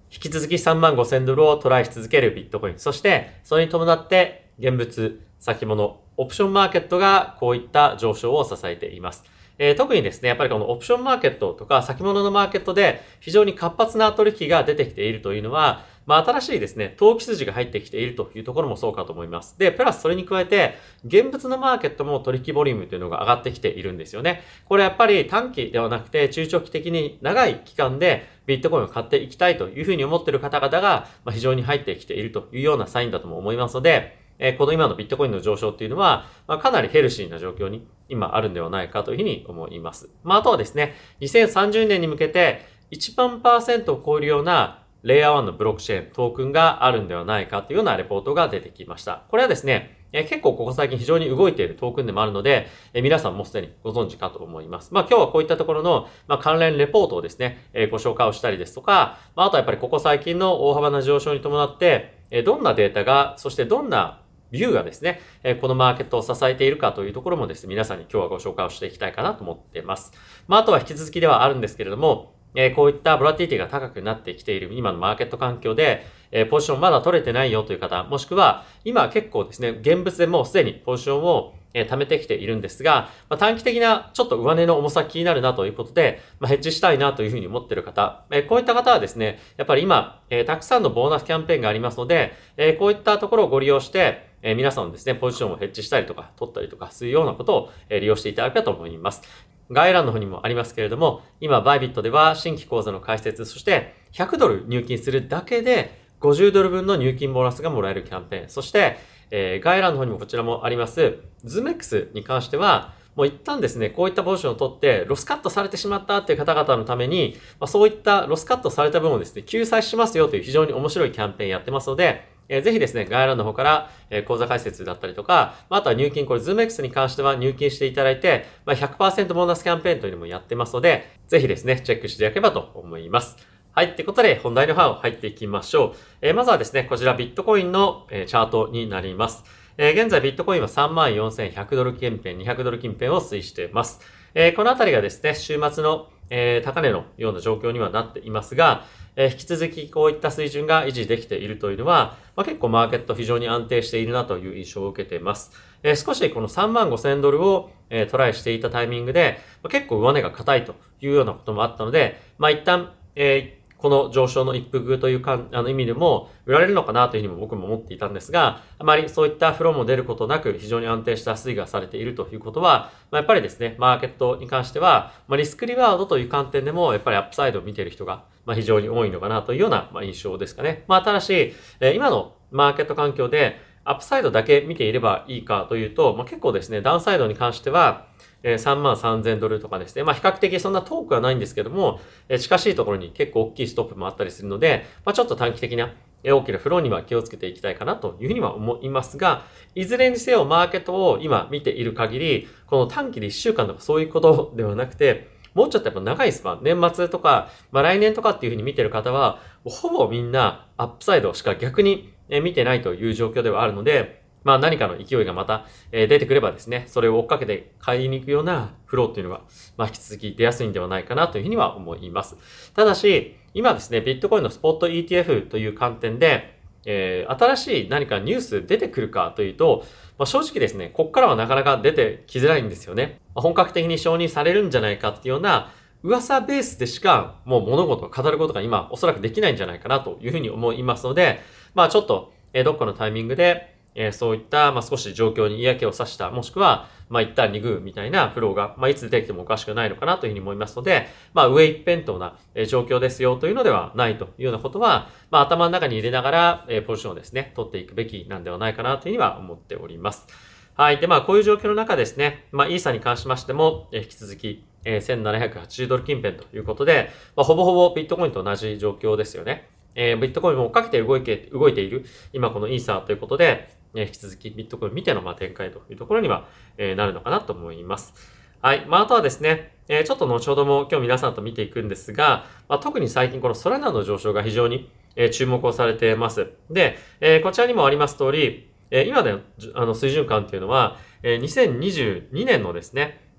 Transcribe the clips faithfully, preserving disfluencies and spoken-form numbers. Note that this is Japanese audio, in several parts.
引き続きさんまんごせんドルをトライし続けるビットコイン。そして、それに伴って現物、先物、オプションマーケットがこういった上昇を支えています。えー、特にですね、やっぱりこのオプションマーケットとか先物のマーケットで非常に活発な取引が出てきているというのは、まあ新しいですね、投機筋が入ってきているというところもそうかと思います。で、プラスそれに加えて、現物のマーケットも取引ボリュームというのが上がってきているんですよね。これやっぱり短期ではなくて中長期的に長い期間でビットコインを買っていきたいというふうに思っている方々が非常に入ってきているというようなサインだとも思いますので、えー、この今のビットコインの上昇っていうのは、まあ、かなりヘルシーな状況に今あるんではないかというふうに思います。まあ、あとはですね、にせんさんじゅうねんに向けていちまんパーセントを超えるようなレイヤーワンのブロックチェーン、トークンがあるんではないかというようなレポートが出てきました。これはですね、えー、結構ここ最近非常に動いているトークンでもあるので、えー、皆さんもすでにご存知かと思います。まあ今日はこういったところの、まあ、関連レポートをですね、えー、ご紹介をしたりですとか、まああとはやっぱりここ最近の大幅な上昇に伴って、えー、どんなデータが、そしてどんなビューがですね、このマーケットを支えているかというところもですね、皆さんに今日はご紹介をしていきたいかなと思っています。まあ、あとは引き続きではあるんですけれども、こういったボラティティが高くなってきている今のマーケット環境で、ポジションまだ取れてないよという方、もしくは今結構ですね、現物でもうすでにポジションを貯めてきているんですが、まあ、短期的なちょっと上値の重さ気になるなということで、まあ、ヘッジしたいなというふうに思っている方、えー、こういった方はですね、やっぱり今、えー、たくさんのボーナスキャンペーンがありますので、えー、こういったところをご利用して、えー、皆さんのですね、ポジションをヘッジしたりとか、取ったりとかするようなことを、えー、利用していただければと思います。概要欄の方にもありますけれども、今、バイビットでは新規口座の開設、そしてひゃくドル入金するだけでごじゅうドル分の入金ボーナスがもらえるキャンペーン、そして、えー、概要欄の方にもこちらもあります、ズームエックス に関しては、もう一旦ですね、こういったポジションを取って、ロスカットされてしまったっていう方々のために、まあ、そういったロスカットされた分をですね、救済しますよという非常に面白いキャンペーンやってますので、えー、ぜひですね、概要欄の方から、えー、口座開設だったりとか、まあ、あとは入金、これ ズームエックス に関しては入金していただいて、まあ、ひゃくパーセント ボーナスキャンペーンというのもやってますので、ぜひですね、チェックしていただければと思います。はい。ってことで、本題の方入っていきましょう。えー、まずはですね、こちらビットコインの、えー、チャートになります。えー、現在ビットコインは さんまんよんせんひゃく ドル近辺、にひゃくドル近辺を推移しています。えー、このあたりがですね、週末の、えー、高値のような状況にはなっていますが、えー、引き続きこういった水準が維持できているというのは、まあ、結構マーケット非常に安定しているなという印象を受けています。えー、少しこのさんまんごせんドルを、えー、トライしていたタイミングで、まあ、結構上値が硬いというようなこともあったので、まあ、一旦、えーこの上昇の一服というかあの意味でも売られるのかなというふうにも僕も思っていたんですが、あまりそういったフローも出ることなく非常に安定した推移がされているということは、まあ、やっぱりですね、マーケットに関しては、まあ、リスクリワードという観点でもやっぱりアップサイドを見ている人がまあ非常に多いのかなというようなまあ印象ですかね。まあただし、今のマーケット環境でアップサイドだけ見ていればいいかというと、まあ、結構ですね、ダウンサイドに関してはさんまんさんぜんドルとかですね。まあ比較的そんな遠くはないんですけども、近しいところに結構大きいストップもあったりするので、まあちょっと短期的な大きなフローには気をつけていきたいかなというふうには思いますが、いずれにせよマーケットを今見ている限り、この短期でいっしゅうかんとかそういうことではなくて、もうちょっとやっぱ長いスパン、年末とか、まあ来年とかっていうふうに見てる方は、ほぼみんなアップサイドしか逆に見てないという状況ではあるので、まあ何かの勢いがまた出てくればですね、それを追っかけて買いに行くようなフローっていうのが、まあ引き続き出やすいんではないかなというふうには思います。ただし、今ですね、ビットコインのスポット イーティーエフ という観点で、えー、新しい何かニュース出てくるかというと、まあ、正直ですね、ここからはなかなか出てきづらいんですよね。本格的に承認されるんじゃないかっていうような噂ベースでしかもう物事を語ることが今おそらくできないんじゃないかなというふうに思いますので、まあちょっと、えー、どっかのタイミングでえー、そういった、まあ、少し状況に嫌気をさした、もしくは、まあ、一旦二遇みたいなフローが、まあ、いつ出てきてもおかしくないのかなというふうに思いますので、まあ、上一辺倒な状況ですよというのではないというようなことは、まあ、頭の中に入れながら、えー、ポジションをですね、取っていくべきなんではないかなというふうには思っております。はい。で、まあ、こういう状況の中ですね、まあ、イーサに関しましても、えー、引き続き、えー、せんななひゃくはちじゅうドル近辺ということで、まあ、ほぼほぼビットコインと同じ状況ですよね。えー、ビットコインを追っかけて動いて、動いている、今このイーサーということで、引き続きビットコイン見てのまあ展開というところには、えー、なるのかなと思います。はい。まあ、あとはですね、えー、ちょっと後ほども今日皆さんと見ていくんですが、まあ、特に最近このソラナの上昇が非常に、えー、注目をされています。で、えー、こちらにもあります通り、えー、今のあの水準感というのは、えー、にせんにじゅうにねんのですね、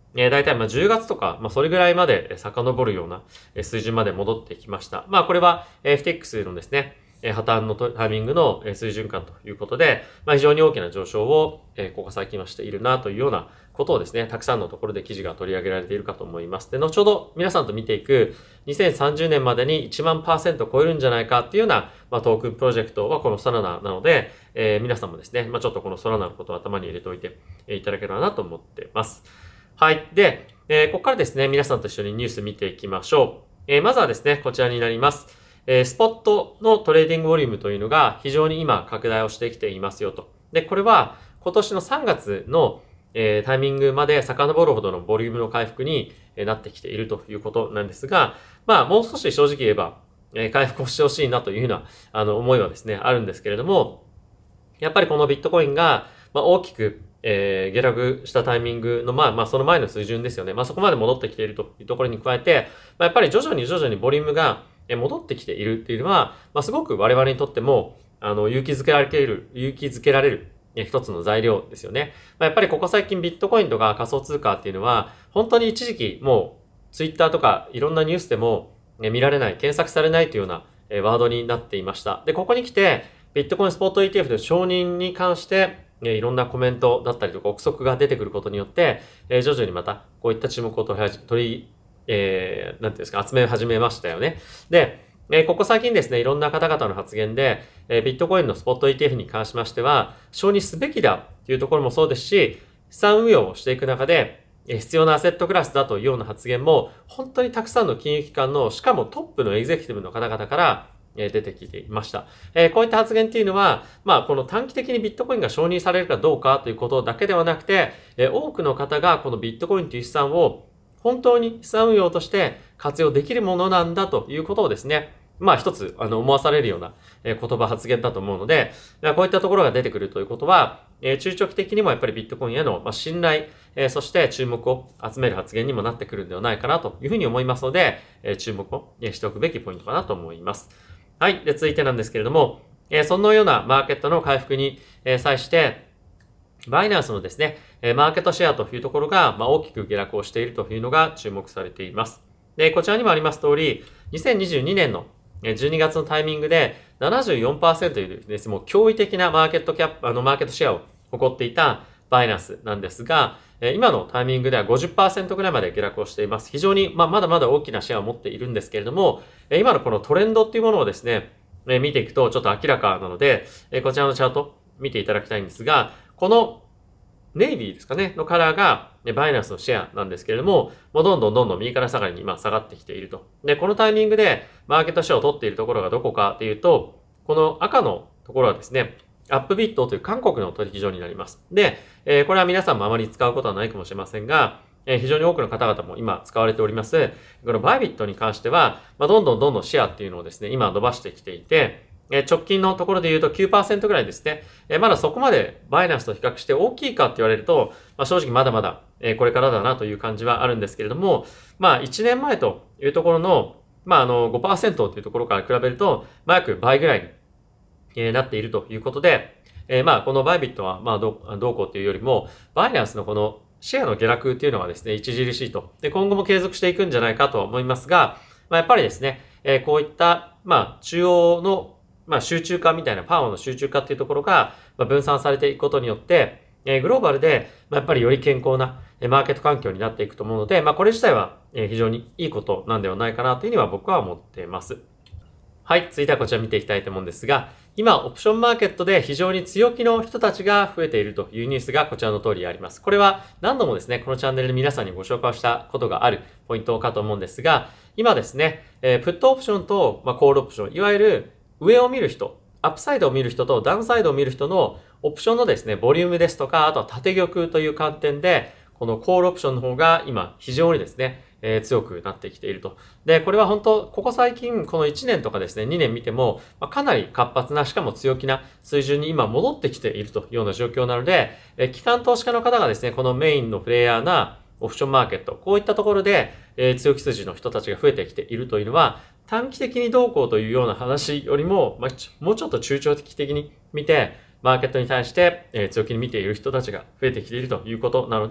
えー、大体まあじゅうがつとか、まあそれぐらいまで遡るような水準まで戻ってきました。まあこれは エフティーエックス のですね、破綻のタイミングの水準感ということで、まあ非常に大きな上昇をここ最近はしているなというようなことをですね、たくさんのところで記事が取り上げられているかと思います。で、後ほど皆さんと見ていくにせんさんじゅうねんまでにいちまんパーセント超えるんじゃないかっていうような、まあ、トークンプロジェクトはこのソラナなので、えー、皆さんもですね、まあちょっとこのソラナのことを頭に入れておいていただければなと思っています。はい。で、えー、ここからですね、皆さんと一緒にニュース見ていきましょう。えー、まずはですね、こちらになります。えー、スポットのトレーディングボリュームというのが非常に今拡大をしてきていますよと。で、これは今年のさんがつの、えー、タイミングまで遡るほどのボリュームの回復になってきているということなんですが、まあもう少し正直言えば、えー、回復をしてほしいなというようなあの思いはですね、あるんですけれども、やっぱりこのビットコインが、まあ、大きくえー、下落したタイミングの、まあまあその前の水準ですよね。まあそこまで戻ってきているというところに加えて、まあ、やっぱり徐々に徐々にボリュームが戻ってきているっていうのは、まあすごく我々にとっても、あの、勇気づけられている、勇気づけられる一つの材料ですよね。まあ、やっぱりここ最近ビットコインとか仮想通貨っていうのは、本当に一時期もうツイッターとかいろんなニュースでも見られない、検索されないというようなワードになっていました。で、ここに来て、ビットコインスポット イーティーエフ の承認に関して、いろんなコメントだったりとか憶測が出てくることによって、徐々にまたこういった注目を取り、取り、えー、なんていうんですか、集め始めましたよね。で、ここ最近ですね、いろんな方々の発言で、ビットコインのスポット イーティーエフ に関しましては、承認すべきだというところもそうですし、資産運用をしていく中で、必要なアセットクラスだというような発言も、本当にたくさんの金融機関の、しかもトップのエグゼクティブの方々から、出てきていました。えー、こういった発言っていうのは、まあ、この短期的にビットコインが承認されるかどうかということだけではなくて、えー、多くの方がこのビットコインという資産を本当に資産運用として活用できるものなんだということをですね、まあ一つ、あの、思わされるような言葉発言だと思うので、こういったところが出てくるということは、えー、中長期的にもやっぱりビットコインへの信頼、えー、そして注目を集める発言にもなってくるんではないかなというふうに思いますので、えー、注目をしておくべきポイントかなと思います。はい。で、続いてなんですけれども、えー、そのようなマーケットの回復に、えー、際して、バイナンスのですね、えー、マーケットシェアというところが、まあ、大きく下落をしているというのが注目されています。で、こちらにもあります通り、にせんにじゅうにねんのじゅうにがつのタイミングで ななじゅうよんパーセント というですね、もう驚異的なマーケットキャップ、あの、マーケットシェアを誇っていたバイナンスなんですが、今のタイミングでは ごじゅっパーセント ぐらいまで下落をしています。非常に、まあ、まだまだ大きなシェアを持っているんですけれども、今のこのトレンドっていうものをですね、見ていくとちょっと明らかなので、こちらのチャート見ていただきたいんですが、このネイビーですかね、のカラーがバイナンスのシェアなんですけれども、もうどんどんどんどん右から下がりに今下がってきていると。で、このタイミングでマーケットシェアを取っているところがどこかっていうと、この赤のところはですね、アップビットという韓国の取引所になります。で、えー、これは皆さんもあまり使うことはないかもしれませんが、えー、非常に多くの方々も今使われております。このバイビットに関しては、まあ、どんどんどんどんシェアっていうのをですね、今伸ばしてきていて、えー、直近のところで言うと きゅうパーセント ぐらいですね。えー、まだそこまでバイナンスと比較して大きいかって言われると、まあ、正直まだまだ、えー、これからだなという感じはあるんですけれども、まあいちねんまえというところの、まああの ごパーセント というところから比べると、まあ約倍ぐらいに、えー、なっているということで、えー、まあ、このバイビットは、まあ、どう、どうこうというよりも、バイナンスのこのシェアの下落っていうのはですね、著しいと。で、今後も継続していくんじゃないかとは思いますが、まあ、やっぱりですね、えー、こういった、まあ、中央の、まあ、集中化みたいな、パワーの集中化っていうところが、まあ、分散されていくことによって、えー、グローバルで、まあ、やっぱりより健康なマーケット環境になっていくと思うので、まあ、これ自体は非常にいいことなんではないかなというふうには僕は思っています。はい、続いてはこちら見ていきたいと思うんですが、今、オプションマーケットで非常に強気の人たちが増えているというニュースがこちらの通りあります。これは何度もですね、このチャンネルで皆さんにご紹介したことがあるポイントかと思うんですが、今ですね、えー、プットオプションと、まあ、コールオプション、いわゆる上を見る人、アップサイドを見る人とダウンサイドを見る人のオプションのですね、ボリュームですとか、あとは縦玉という観点で、このコールオプションの方が今非常にですね、えー、強くなってきていると。で、これは本当、ここ最近、このいちねんとかですね、にねん見ても、まあ、かなり活発な、しかも強気な水準に今戻ってきているというような状況なので、えー、機関投資家の方がですね、このメインのプレイヤーなオプションマーケット、こういったところで、えー、強気筋の人たちが増えてきているというのは、短期的にどうこうというような話よりも、まあ、もうちょっと中長期的に見て、マーケットに対して、えー、強気に見ている人たちが増えてきているということなので、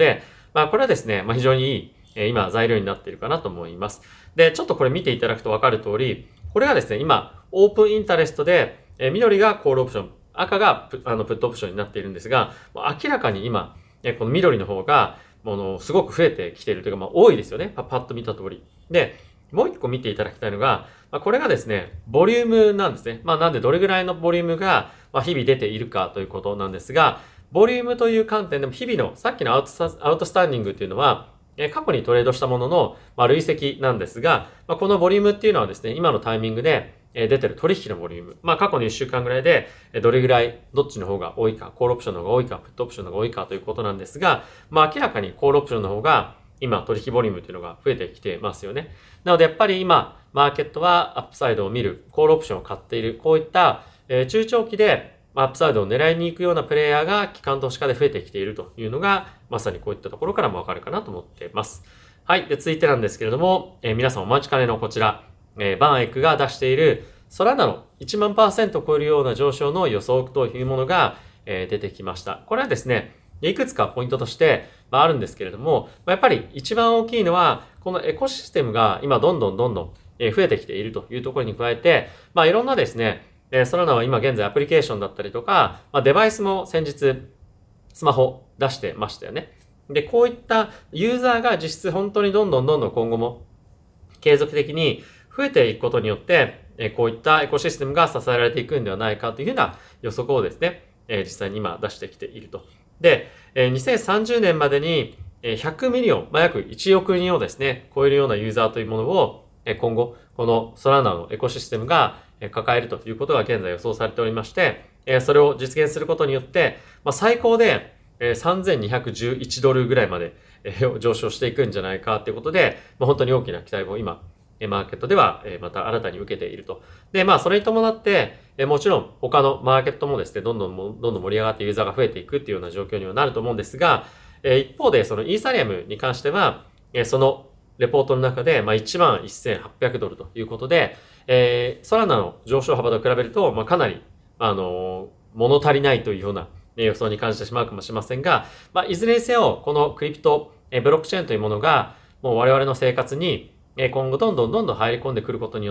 まあこれはですね、まあ非常にいい、えー、今材料になっているかなと思います。で、ちょっとこれ見ていただくとわかる通り、これがですね、今、オープンインタレストで、えー、緑がコールオプション、赤がプあのプットオプションになっているんですが、明らかに今、えー、この緑の方が、ものすごく増えてきているというか、まあ多いですよね。パッと見た通り。で、もう一個見ていただきたいのが、まあ、これがですね、ボリュームなんですね。まあなんでどれぐらいのボリュームが日々出ているかということなんですが、ボリュームという観点でも日々のさっきのアウトスアウトスタンディングっていうのは、過去にトレードしたものの、まあ、累積なんですが、まあ、このボリュームっていうのはですね、今のタイミングで出てる取引のボリューム。まあ過去のいっしゅうかんぐらいでどれぐらいどっちの方が多いか、コールオプションの方が多いか、プットオプションの方が多いかということなんですが、まあ明らかにコールオプションの方が今取引ボリュームというのが増えてきてますよね。なのでやっぱり今マーケットはアップサイドを見る、コールオプションを買っている、こういった、えー、中長期でアップサイドを狙いに行くようなプレイヤーが機関投資家で増えてきているというのがまさにこういったところからもわかるかなと思っています。はい。で、続いてなんですけれども、えー、皆さんお待ちかねのこちら、えー、バンエックが出しているソラナのいちまんパーセントを超えるような上昇の予想というものが、えー、出てきました。これはですね、いくつかポイントとして、まあ、あるんですけれども、やっぱり一番大きいのは、このエコシステムが今どんどんどんどん増えてきているというところに加えて、まあいろんなですね、ソラナは今現在アプリケーションだったりとか、まあ、デバイスも先日スマホ出してましたよね。で、こういったユーザーが実質本当にどんどんどんどん今後も継続的に増えていくことによって、こういったエコシステムが支えられていくんではないかというふうな予測をですね、実際に今出してきていると。で、にせんさんじゅうねんまでにひゃくミリオン、まあ、約いちおくにんをですね、超えるようなユーザーというものを今後、このソラナのエコシステムが抱えるということが現在予想されておりまして、それを実現することによって、まあ、最高でさんぜんにひゃくじゅういちドルぐらいまで上昇していくんじゃないかということで、まあ、本当に大きな期待を今、マーケットではまた新たに受けていると。で、まあそれに伴って、もちろん他のマーケットもですね、どんどんどんどん盛り上がってユーザーが増えていくっていうような状況にはなると思うんですが、一方でそのイーサリアムに関しては、そのレポートの中で、まあ、いちまんせんはっぴゃくドルということで、えー、ソラナの上昇幅と比べると、まあ、かなり、あのー、物足りないというような予想に感じてしまうかもしれませんが、まあ、いずれにせよ、このクリプト、えー、ブロックチェーンというものが、もう我々の生活に、今後どんどんどんどん入り込んでくることによって、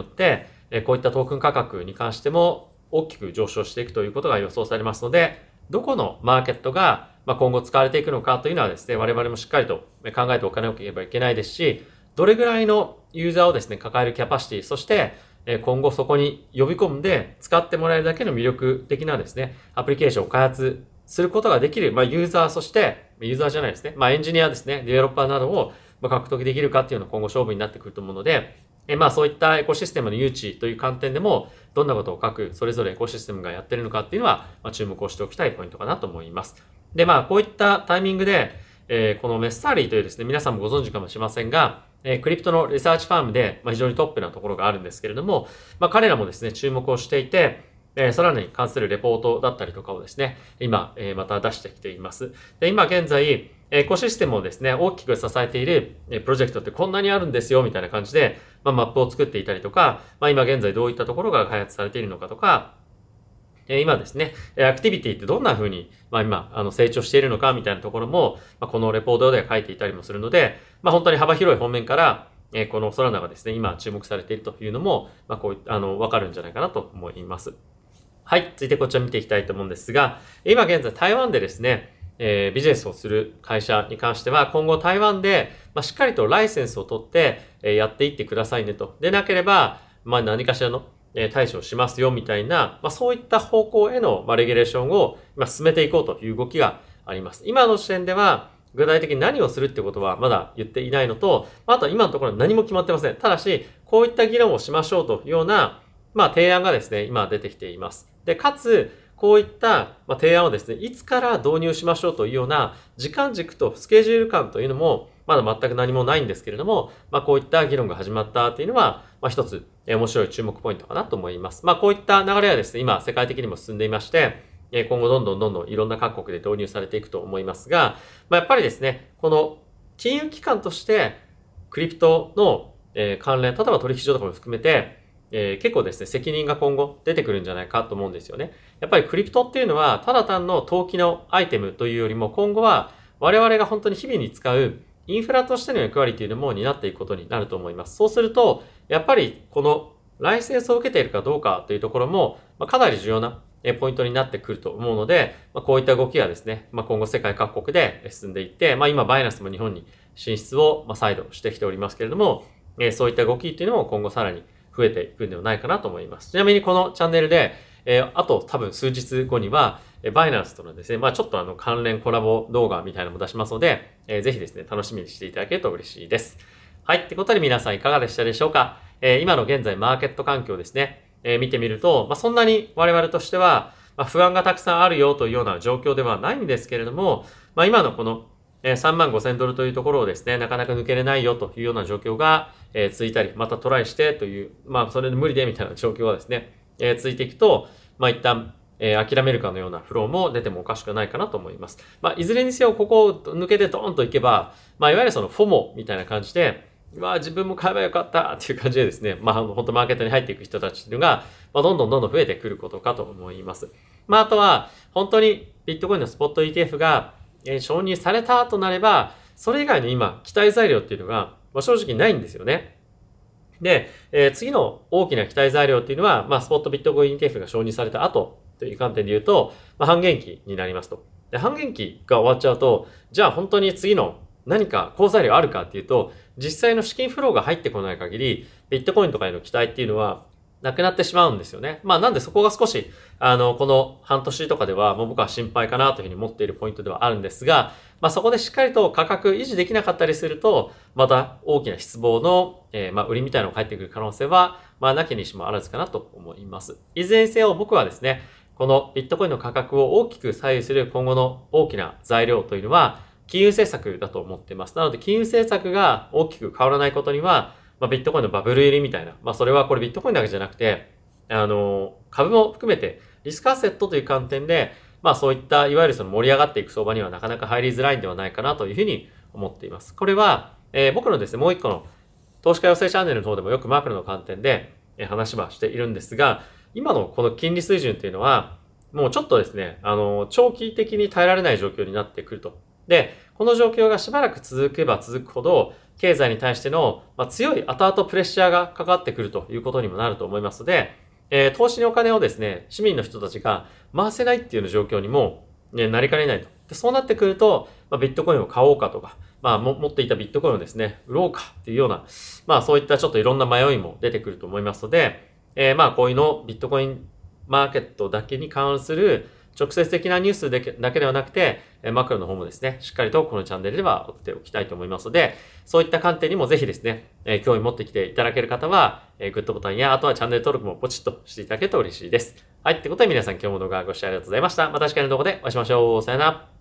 こういったトークン価格に関しても大きく上昇していくということが予想されますので、どこのマーケットが今後使われていくのかというのはですね、我々もしっかりと考えておかなければいけないですし、どれぐらいのユーザーをですね、抱えるキャパシティ、そして今後そこに呼び込んで使ってもらえるだけの魅力的なですね、アプリケーションを開発することができる、まあ、ユーザー、そして、ユーザーじゃないですね、まあ、エンジニアですね、デベロッパーなどを獲得できるかっていうのが今後勝負になってくると思うので、えまあそういったエコシステムの誘致という観点でも、どんなことを各それぞれエコシステムがやってるのかっていうのは、まあ、注目をしておきたいポイントかなと思います。で、まあこういったタイミングで、えー、このメッサーリーというですね、皆さんもご存知かもしれませんが、えー、クリプトのリサーチファームで、まあ、非常にトップなところがあるんですけれども、まあ彼らもですね、注目をしていて、えー、ソラナに関するレポートだったりとかをですね、今、えー、また出してきています。で、今現在、エコシステムをですね、大きく支えているプロジェクトってこんなにあるんですよ、みたいな感じで、まあ、マップを作っていたりとか、まあ、今現在どういったところが開発されているのかとか、今ですね、アクティビティってどんな風に、まあ今、あの、成長しているのかみたいなところも、まあ、このレポートでは書いていたりもするので、まあ本当に幅広い方面から、えこのソラナがですね、今注目されているというのも、まあこういあの、わかるんじゃないかなと思います。はい。続いてこちら見ていきたいと思うんですが、今現在台湾でですね、えー、ビジネスをする会社に関しては、今後台湾で、まあ、しっかりとライセンスを取って、えー、やっていってくださいねと。でなければ、まあ、何かしらの、えー、対処をしますよみたいな、まあ、そういった方向への、まあ、レギュレーションを、まあ、進めていこうという動きがあります。今の時点では、具体的に何をするってことはまだ言っていないのと、あとは今のところ何も決まってません。ただし、こういった議論をしましょうというような、まあ、提案がですね、今出てきています。で、かつ、こういった提案をですね、いつから導入しましょうというような時間軸とスケジュール感というのもまだ全く何もないんですけれども、まあこういった議論が始まったというのは、まあ一つ面白い注目ポイントかなと思います。まあこういった流れはですね、今世界的にも進んでいまして、今後どんどんどんどんいろんな各国で導入されていくと思いますが、まあやっぱりですね、この金融機関としてクリプトの関連、例えば取引所とかも含めて、えー、結構ですね、責任が今後出てくるんじゃないかと思うんですよね。やっぱりクリプトっていうのは、ただ単の投機のアイテムというよりも、今後は我々が本当に日々に使うインフラとしての役割というのも担っていくことになると思います。そうすると、やっぱりこのライセンスを受けているかどうかというところも、まあ、かなり重要なポイントになってくると思うので、まあ、こういった動きがですね、まあ、今後世界各国で進んでいって、まあ、今バイナンスも日本に進出をまあ再度してきておりますけれども、えー、そういった動きっていうのも今後さらに増えていくんではないかなと思います。ちなみにこのチャンネルで、えー、あと多分数日後には、バイナンスとのですね、まあちょっとあの関連コラボ動画みたいなのも出しますので、えー、ぜひですね、楽しみにしていただけると嬉しいです。はい。ってことで皆さんいかがでしたでしょうか。えー、今の現在マーケット環境ですね、えー、見てみると、まあそんなに我々としては、まあ、不安がたくさんあるよというような状況ではないんですけれども、まあ今のこのさんまんごせんドルというところをですね、なかなか抜けれないよというような状況が続いたり、またトライしてという、まあそれで無理でみたいな状況がですね、続いていくと、まあ一旦諦めるかのようなフローも出てもおかしくないかなと思います。まあいずれにせよここを抜けてドーンといけば、まあいわゆるそのフォモみたいな感じで、まあ自分も買えばよかったっていう感じでですね、まあ本当マーケットに入っていく人たちっていうのが、まあどんどんどんどん増えてくることかと思います。まああとは、本当にビットコインのスポット イーティーエフ が承認されたとなれば、それ以外の今、期待材料っていうのが、まあ、正直ないんですよね。で、えー、次の大きな期待材料っていうのは、まあ、スポットビットコイン イーティーエフ が承認された後という観点で言うと、まあ、半減期になりますと。で、半減期が終わっちゃうと、じゃあ本当に次の何か好材料あるかっていうと、実際の資金フローが入ってこない限り、ビットコインとかへの期待っていうのは、なくなってしまうんですよね。まあなんでそこが少し、あの、この半年とかでは、もう僕は心配かなというふうに思っているポイントではあるんですが、まあそこでしっかりと価格維持できなかったりすると、また大きな失望の、えー、まあ売りみたいなのが返ってくる可能性は、まあなきにしもあらずかなと思います。いずれにせよ僕はですね、このビットコインの価格を大きく左右する今後の大きな材料というのは、金融政策だと思っています。なので金融政策が大きく変わらないことには、まあ、ビットコインのバブル入りみたいな。まあ、それはこれビットコインだけじゃなくて、あの、株も含めてリスクアセットという観点で、まあそういったいわゆるその盛り上がっていく相場にはなかなか入りづらいんではないかなというふうに思っています。これは、えー、僕のですね、もう一個の投資家養成チャンネルの方でもよくマクロの観点で話はしているんですが、今のこの金利水準っていうのは、もうちょっとですね、あの、長期的に耐えられない状況になってくると。で、この状況がしばらく続けば続くほど、経済に対しての、まあ、強い後々プレッシャーがかかってくるということにもなると思いますので、えー、投資にお金をですね、市民の人たちが回せないっていうような状況にも、ね、なりかねないと。でそうなってくると、まあ、ビットコインを買おうかとか、まあ、も持っていたビットコインをですね、売ろうかっていうような、まあそういったちょっといろんな迷いも出てくると思いますので、えー、まあこういうのビットコインマーケットだけに関する直接的なニュースだけだけではなくて、マクロの方もですね、しっかりとこのチャンネルでは追っておきたいと思いますので、そういった観点にもぜひですね、えー、興味持ってきていただける方は、えー、グッドボタンや、あとはチャンネル登録もポチッとしていただけると嬉しいです。はい、ってことで皆さん今日も動画ご視聴ありがとうございました。また次回の動画でお会いしましょう。さよなら。